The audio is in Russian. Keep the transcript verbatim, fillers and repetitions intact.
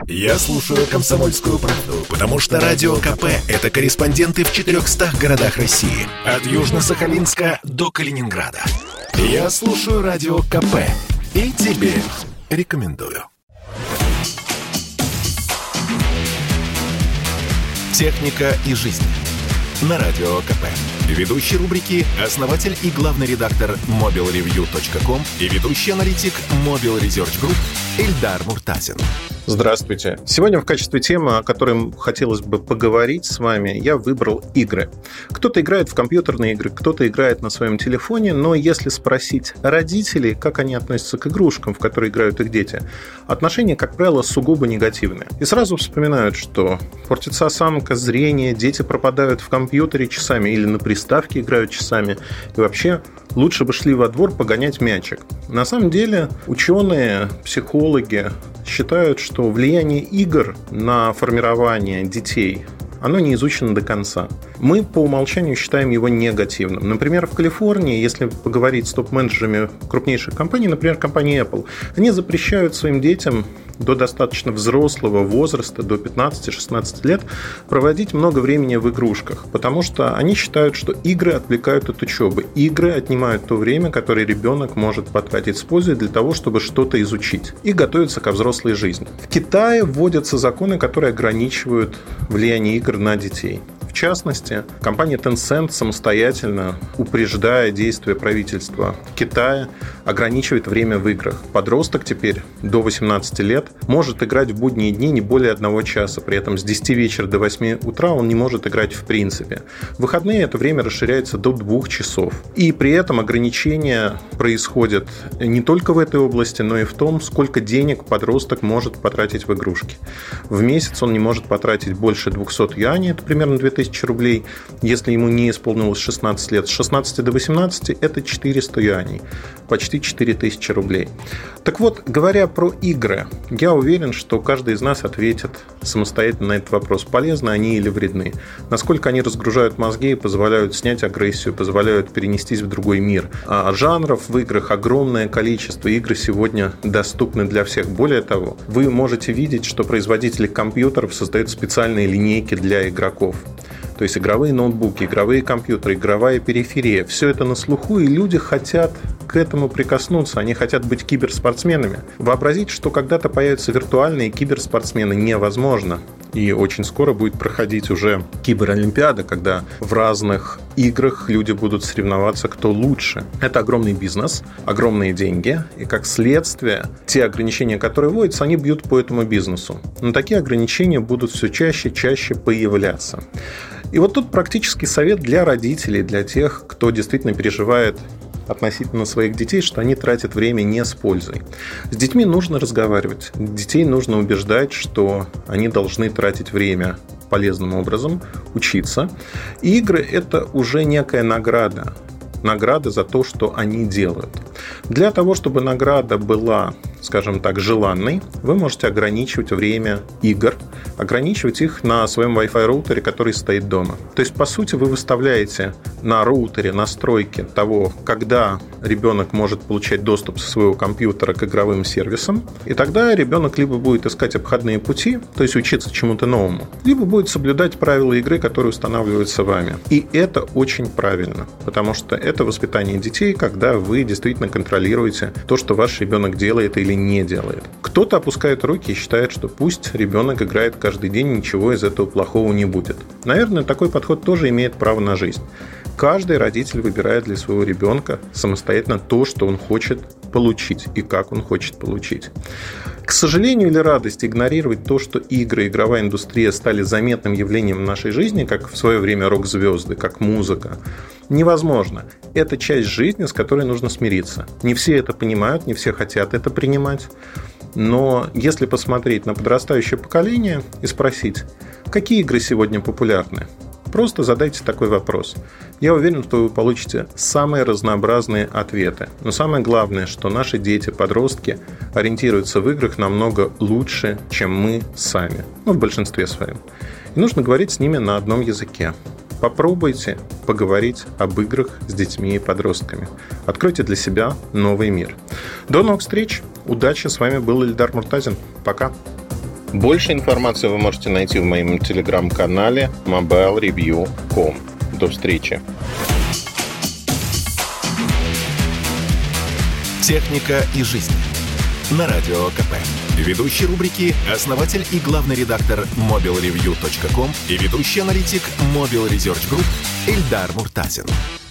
Я слушаю «Комсомольскую правду», потому что Радио КП – это корреспонденты в четырехстах городах России. От Южно-Сахалинска до Калининграда. Я слушаю Радио КП и тебе рекомендую. «Техника и жизнь» на Радио КП. Ведущий рубрики – основатель и главный редактор мобил ревью точка ком и ведущий аналитик Mobile Research Group Эльдар Муртазин. Здравствуйте. Сегодня в качестве темы, о которой хотелось бы поговорить с вами, я выбрал игры. Кто-то играет в компьютерные игры, кто-то играет на своем телефоне, но если спросить родителей, как они относятся к игрушкам, в которые играют их дети, отношение, как правило, сугубо негативное. И сразу вспоминают, что портится осанка, зрение, дети пропадают в компьютере часами или на приставке играют часами, и вообще лучше бы шли во двор погонять мячик. На самом деле ученые, психологи считают, что влияние игр на формирование детей, оно не изучено до конца. Мы по умолчанию считаем его негативным. Например, в Калифорнии, если поговорить с топ-менеджерами крупнейших компаний, например, компании Apple, они запрещают своим детям до достаточно взрослого возраста, до пятнадцати-шестнадцати лет, проводить много времени в игрушках, потому что они считают, что игры отвлекают от учебы. Игры отнимают то время, которое ребенок может потратить с пользой для того, чтобы что-то изучить и готовиться ко взрослой жизни. В Китае вводятся законы, которые ограничивают влияние игр на детей. В частности, компания Tencent самостоятельно, упреждая действия правительства Китая, ограничивает время в играх. Подросток теперь до восемнадцати лет может играть в будние дни не более одного часа. При этом с десяти вечера до восьми утра он не может играть в принципе. В выходные это время расширяется до двух часов. И при этом ограничения происходят не только в этой области, но и в том, сколько денег подросток может потратить в игрушки. В месяц он не может потратить больше двухсот юаней, это примерно две тысячи рублей, если ему не исполнилось шестнадцать лет. С шестнадцати до восемнадцати это четыреста юаней, почти четыре тысячи рублей. Так вот, говоря про игры, я уверен, что каждый из нас ответит самостоятельно на этот вопрос, полезны они или вредны. Насколько они разгружают мозги и позволяют снять агрессию, позволяют перенестись в другой мир. А жанров в играх огромное количество. Игры сегодня доступны для всех. Более того, вы можете видеть, что производители компьютеров создают специальные линейки для игроков. То есть игровые ноутбуки, игровые компьютеры, игровая периферия. Все это на слуху, и люди хотят к этому прикоснуться. Они хотят быть киберспортсменами. Вообразить, что когда-то появятся виртуальные киберспортсмены, невозможно. И очень скоро будет проходить уже киберолимпиада, когда в разных играх люди будут соревноваться, кто лучше. Это огромный бизнес, огромные деньги. И как следствие, те ограничения, которые вводятся, они бьют по этому бизнесу. Но такие ограничения будут все чаще и чаще появляться. И вот тут практический совет для родителей, для тех, кто действительно переживает относительно своих детей, что они тратят время не с пользой. С детьми нужно разговаривать. Детей нужно убеждать, что они должны тратить время полезным образом, учиться. И игры – это уже некая награда. Награда за то, что они делают. Для того, чтобы награда была, скажем так, желанной, вы можете ограничивать время игр, ограничивать их на своем Wi-Fi роутере, который стоит дома. То есть, по сути, вы выставляете на роутере настройки того, когда ребенок может получать доступ со своего компьютера к игровым сервисам, и тогда ребенок либо будет искать обходные пути, то есть учиться чему-то новому, либо будет соблюдать правила игры, которые устанавливаются вами. И это очень правильно, потому что это воспитание детей, когда вы действительно контролируете то, что ваш ребенок делает или не делает. Кто-то опускает руки и считает, что пусть ребенок играет каждый день, ничего из этого плохого не будет. Наверное, такой подход тоже имеет право на жизнь. Каждый родитель выбирает для своего ребенка самостоятельно то, что он хочет получить и как он хочет получить. К сожалению или радости, игнорировать то, что игры, игровая индустрия стали заметным явлением в нашей жизни, как в свое время рок-звезды, как музыка, невозможно. Это часть жизни, с которой нужно смириться. Не все это понимают, не все хотят это принимать. Но если посмотреть на подрастающее поколение и спросить, какие игры сегодня популярны, просто задайте такой вопрос. Я уверен, что вы получите самые разнообразные ответы. Но самое главное, что наши дети, подростки ориентируются в играх намного лучше, чем мы сами. Ну, в большинстве своем. И нужно говорить с ними на одном языке. Попробуйте поговорить об играх с детьми и подростками. Откройте для себя новый мир. До новых встреч. Удачи. С вами был Эльдар Муртазин. Пока. Больше информации вы можете найти в моем телеграм-канале мобайл ревью точка ком. До встречи. Техника и жизнь. На Радио КП. Ведущий рубрики – основатель и главный редактор мобайл ревью точка ком и ведущий аналитик Mobile Research Group Эльдар Муртазин.